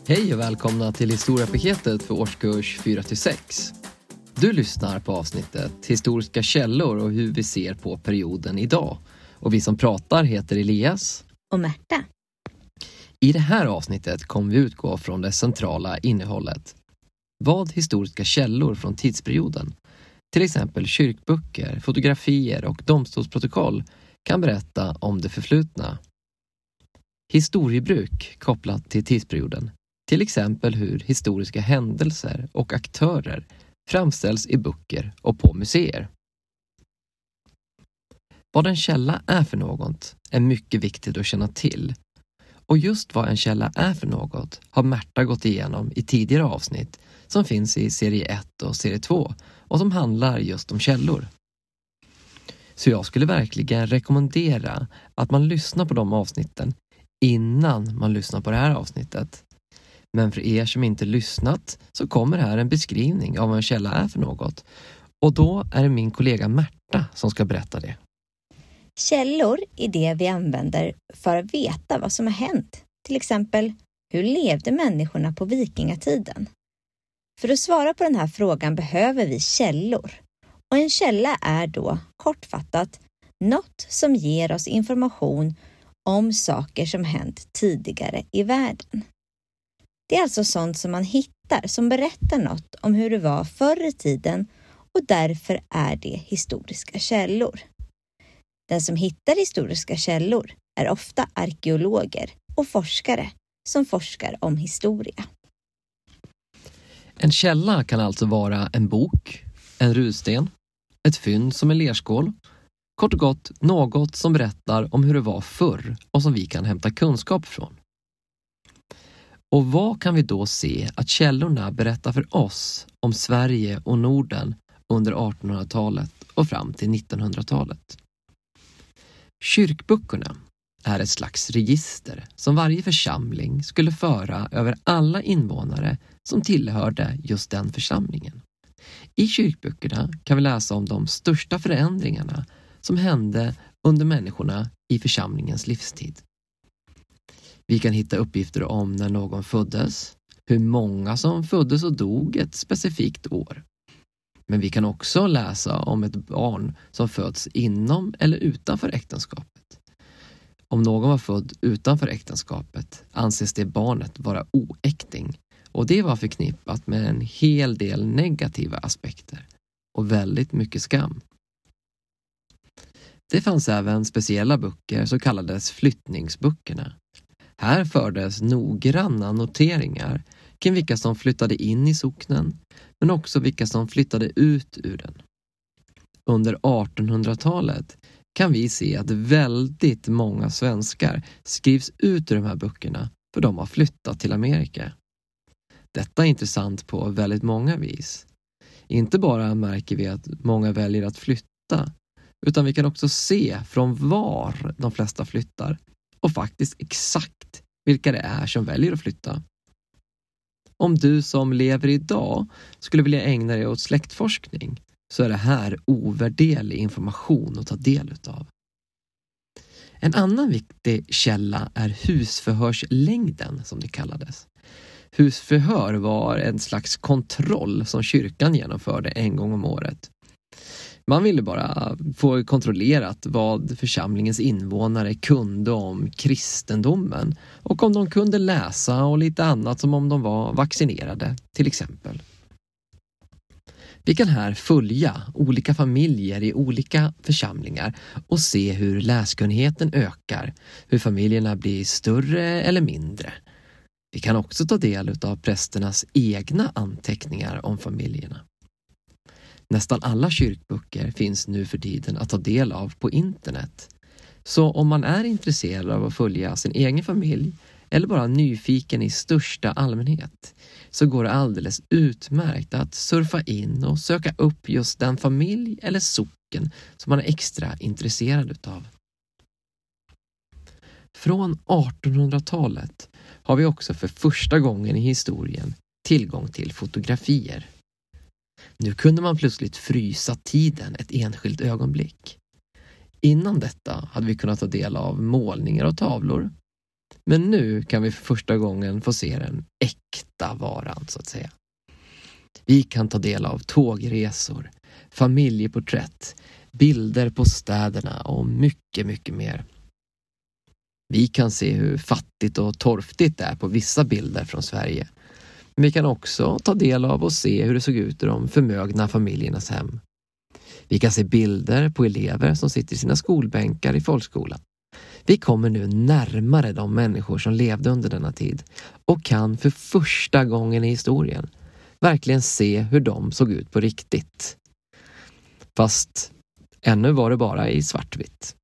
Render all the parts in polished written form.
Hej och välkomna till historiepaketet för årskurs 4-6. Du lyssnar på avsnittet Historiska källor och hur vi ser på perioden idag. Och vi som pratar heter Elias och Märta. I det här avsnittet kommer vi utgå från det centrala innehållet. Vad historiska källor från tidsperioden, till exempel kyrkböcker, fotografier och domstolsprotokoll, kan berätta om det förflutna. Historiebruk kopplat till tidsperioden, till exempel hur historiska händelser och aktörer framställs i böcker och på museer. Vad en källa är för något är mycket viktigt att känna till. Och just vad en källa är för något har Märta gått igenom i tidigare avsnitt som finns i serie 1 och serie 2 och som handlar just om källor. Så jag skulle verkligen rekommendera att man lyssnar på de avsnitten innan man lyssnar på det här avsnittet. Men för er som inte lyssnat så kommer här en beskrivning av vad en källa är för något. Och då är det min kollega Märta som ska berätta det. Källor är det vi använder för att veta vad som har hänt. Till exempel, hur levde människorna på vikingatiden? För att svara på den här frågan behöver vi källor. Och en källa är då, kortfattat, något som ger oss information om saker som hänt tidigare i världen. Det är alltså sånt som man hittar som berättar något om hur det var förr i tiden och därför är det historiska källor. Den som hittar historiska källor är ofta arkeologer och forskare som forskar om historia. En källa kan alltså vara en bok, en runsten, ett fynd som en lerskål. Kort och gott något som berättar om hur det var förr och som vi kan hämta kunskap från. Och vad kan vi då se att källorna berättar för oss om Sverige och Norden under 1800-talet och fram till 1900-talet? Kyrkböckerna är ett slags register som varje församling skulle föra över alla invånare som tillhörde just den församlingen. I kyrkböckerna kan vi läsa om de största förändringarna som hände under människorna i församlingens livstid. Vi kan hitta uppgifter om när någon föddes, hur många som föddes och dog ett specifikt år. Men vi kan också läsa om ett barn som föds inom eller utanför äktenskapet. Om någon var född utanför äktenskapet anses det barnet vara oäkting och det var förknippat med en hel del negativa aspekter och väldigt mycket skam. Det fanns även speciella böcker som kallades flyttningsböckerna. Här fördes noggranna noteringar kring vilka som flyttade in i socknen men också vilka som flyttade ut ur den. Under 1800-talet kan vi se att väldigt många svenskar skrivs ut ur de här böckerna för de har flyttat till Amerika. Detta är intressant på väldigt många vis. Inte bara märker vi att många väljer att flytta utan vi kan också se från var de flesta flyttar och faktiskt exakt vilka det är som väljer att flytta. Om du som lever idag skulle vilja ägna dig åt släktforskning så är det här ovärderlig information att ta del utav. En annan viktig källa är husförhörslängden som det kallades. Husförhör var en slags kontroll som kyrkan genomförde en gång om året. Man ville bara få kontrollerat vad församlingens invånare kunde om kristendomen och om de kunde läsa och lite annat som om de var vaccinerade till exempel. Vi kan här följa olika familjer i olika församlingar och se hur läskunnigheten ökar, hur familjerna blir större eller mindre. Vi kan också ta del av prästernas egna anteckningar om familjerna. Nästan alla kyrkböcker finns nu för tiden att ta del av på internet. Så om man är intresserad av att följa sin egen familj eller bara nyfiken i största allmänhet så går det alldeles utmärkt att surfa in och söka upp just den familj eller socken som man är extra intresserad utav. Från 1800-talet har vi också för första gången i historien tillgång till fotografier. Nu kunde man plötsligt frysa tiden ett enskilt ögonblick. Innan detta hade vi kunnat ta del av målningar och tavlor. Men nu kan vi för första gången få se den äkta varan så att säga. Vi kan ta del av tågresor, familjeporträtt, bilder på städerna och mycket, mycket mer. Vi kan se hur fattigt och torftigt det är på vissa bilder från Sverige. Men vi kan också ta del av och se hur det såg ut i de förmögna familjernas hem. Vi kan se bilder på elever som sitter i sina skolbänkar i folkskolan. Vi kommer nu närmare de människor som levde under denna tid och kan för första gången i historien verkligen se hur de såg ut på riktigt. Fast ännu var det bara i svartvitt.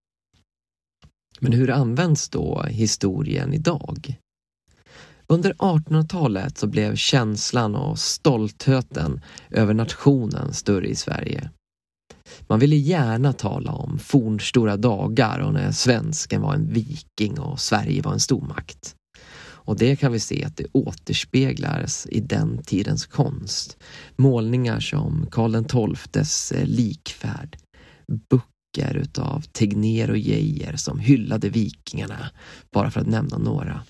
Men hur används då historien idag? Under 1800-talet så blev känslan och stoltheten över nationen större i Sverige. Man ville gärna tala om fornstora dagar och när svensken var en viking och Sverige var en stormakt. Och det kan vi se att det återspeglades i den tidens konst. Målningar som Karl XII:s likfärd, böcker utav Tegnér och Geijer som hyllade vikingarna, bara för att nämna några.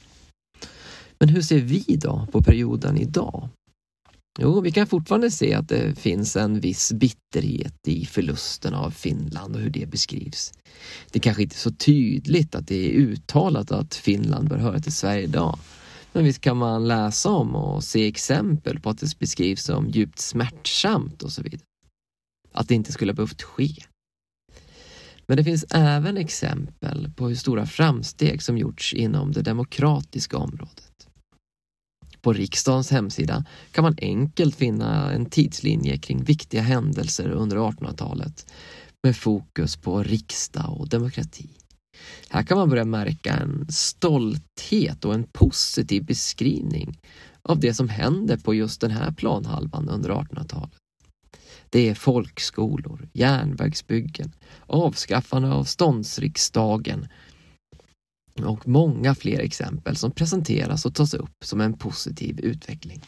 Men hur ser vi då på perioden idag? Jo, vi kan fortfarande se att det finns en viss bitterhet i förlusten av Finland och hur det beskrivs. Det kanske inte är så tydligt att det är uttalat att Finland bör höra till Sverige idag. Men visst kan man läsa om och se exempel på att det beskrivs som djupt smärtsamt och så vidare. Att det inte skulle ha behövt ske. Men det finns även exempel på hur stora framsteg som gjorts inom det demokratiska området. På riksdagens hemsida kan man enkelt finna en tidslinje kring viktiga händelser under 1800-talet med fokus på riksdag och demokrati. Här kan man börja märka en stolthet och en positiv beskrivning av det som händer på just den här planhalvan under 1800-talet. Det är folkskolor, järnvägsbyggen, avskaffande av ståndsriksdagen och många fler exempel som presenteras och tas upp som en positiv utveckling.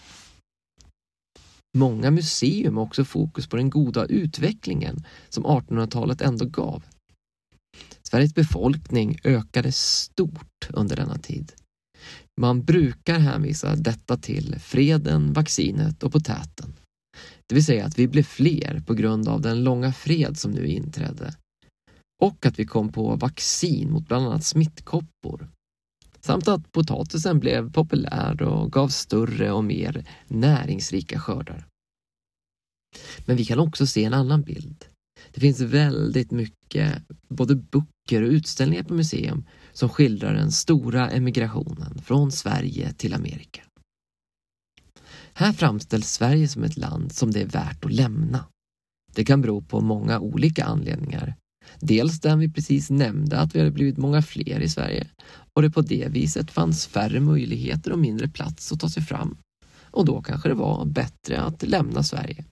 Många museum har också fokus på den goda utvecklingen som 1800-talet ändå gav. Sveriges befolkning ökade stort under denna tid. Man brukar hänvisa detta till freden, vaccinet och potäten. Det vill säga att vi blev fler på grund av den långa fred som nu inträdde. Och att vi kom på vaccin mot bland annat smittkoppor. Samt att potatisen blev populär och gav större och mer näringsrika skördar. Men vi kan också se en annan bild. Det finns väldigt mycket både böcker och utställningar på museum som skildrar den stora emigrationen från Sverige till Amerika. Här framställs Sverige som ett land som det är värt att lämna. Det kan bero på många olika anledningar. Dels den vi precis nämnde att vi hade blivit många fler i Sverige och det på det viset fanns färre möjligheter och mindre plats att ta sig fram. Och då kanske det var bättre att lämna Sverige.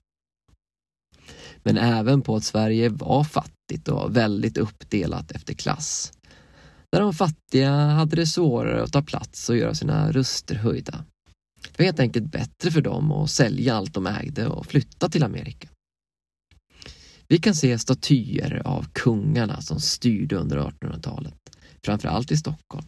Men även på att Sverige var fattigt och väldigt uppdelat efter klass. Där de fattiga hade det svårare att ta plats och göra sina röster höjda. Det var helt enkelt bättre för dem att sälja allt de ägde och flytta till Amerika. Vi kan se statyer av kungarna som styrde under 1800-talet, framförallt i Stockholm.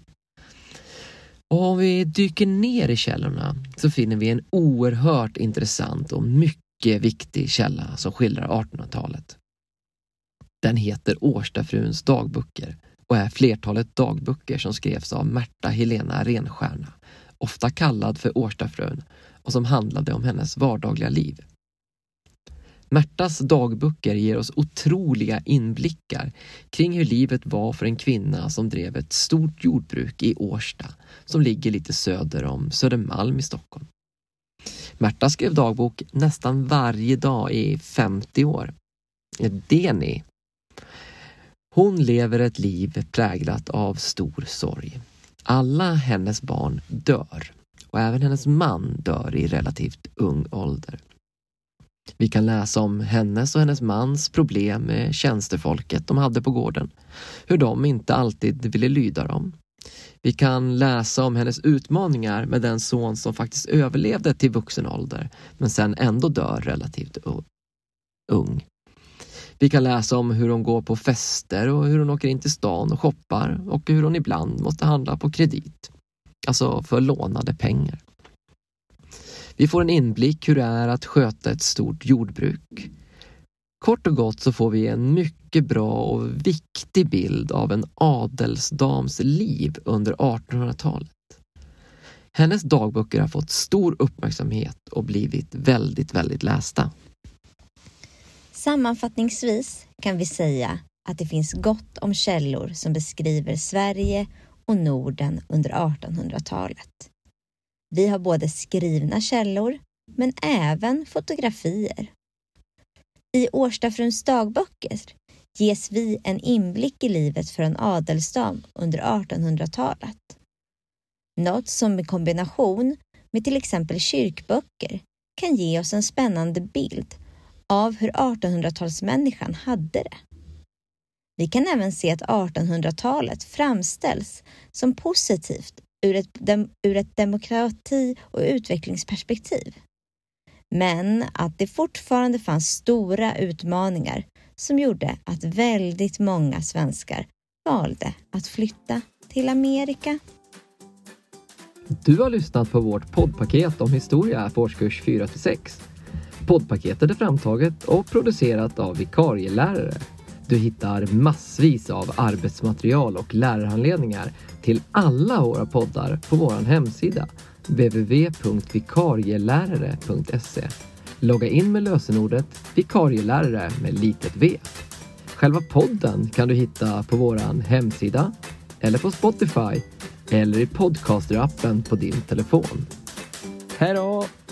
Och om vi dyker ner i källorna så finner vi en oerhört intressant och mycket viktig källa som skildrar 1800-talet. Den heter Årstafruns dagböcker och är flertalet dagböcker som skrevs av Märta Helena Renstjärna, ofta kallad för Årstafrun, och som handlade om hennes vardagliga liv. Märtas dagböcker ger oss otroliga inblickar kring hur livet var för en kvinna som drev ett stort jordbruk i Årsta som ligger lite söder om Södermalm i Stockholm. Märta skrev dagbok nästan varje dag i 50 år. Det ni. Hon lever ett liv präglat av stor sorg. Alla hennes barn dör och även hennes man dör i relativt ung ålder. Vi kan läsa om hennes och hennes mans problem med tjänstefolket de hade på gården. Hur de inte alltid ville lyda dem. Vi kan läsa om hennes utmaningar med den son som faktiskt överlevde till vuxen ålder men sen ändå dör relativt ung. Vi kan läsa om hur hon går på fester och hur hon åker in till stan och shoppar och hur hon ibland måste handla på kredit, alltså för lånade pengar. Vi får en inblick hur det är att sköta ett stort jordbruk. Kort och gott så får vi en mycket bra och viktig bild av en adelsdams liv under 1800-talet. Hennes dagböcker har fått stor uppmärksamhet och blivit väldigt, väldigt lästa. Sammanfattningsvis kan vi säga att det finns gott om källor som beskriver Sverige och Norden under 1800-talet. Vi har både skrivna källor men även fotografier. I Årstafruns dagböcker ges vi en inblick i livet för en adelsdam under 1800-talet. Något som i kombination med till exempel kyrkböcker kan ge oss en spännande bild av hur 1800-talsmänniskan hade det. Vi kan även se att 1800-talet framställs som positivt ur ett demokrati- och utvecklingsperspektiv. Men att det fortfarande fanns stora utmaningar som gjorde att väldigt många svenskar valde att flytta till Amerika. Du har lyssnat på vårt poddpaket om historia för årskurs 4-6. Poddpaketet är framtaget och producerat av vikarielärare. Du hittar massvis av arbetsmaterial och lärarhandledningar till alla våra poddar på vår hemsida www.vikarielärare.se. Logga in med lösenordet vikarielärare med litet v. Själva podden kan du hitta på vår hemsida eller på Spotify eller i podcasterappen på din telefon. Hej då!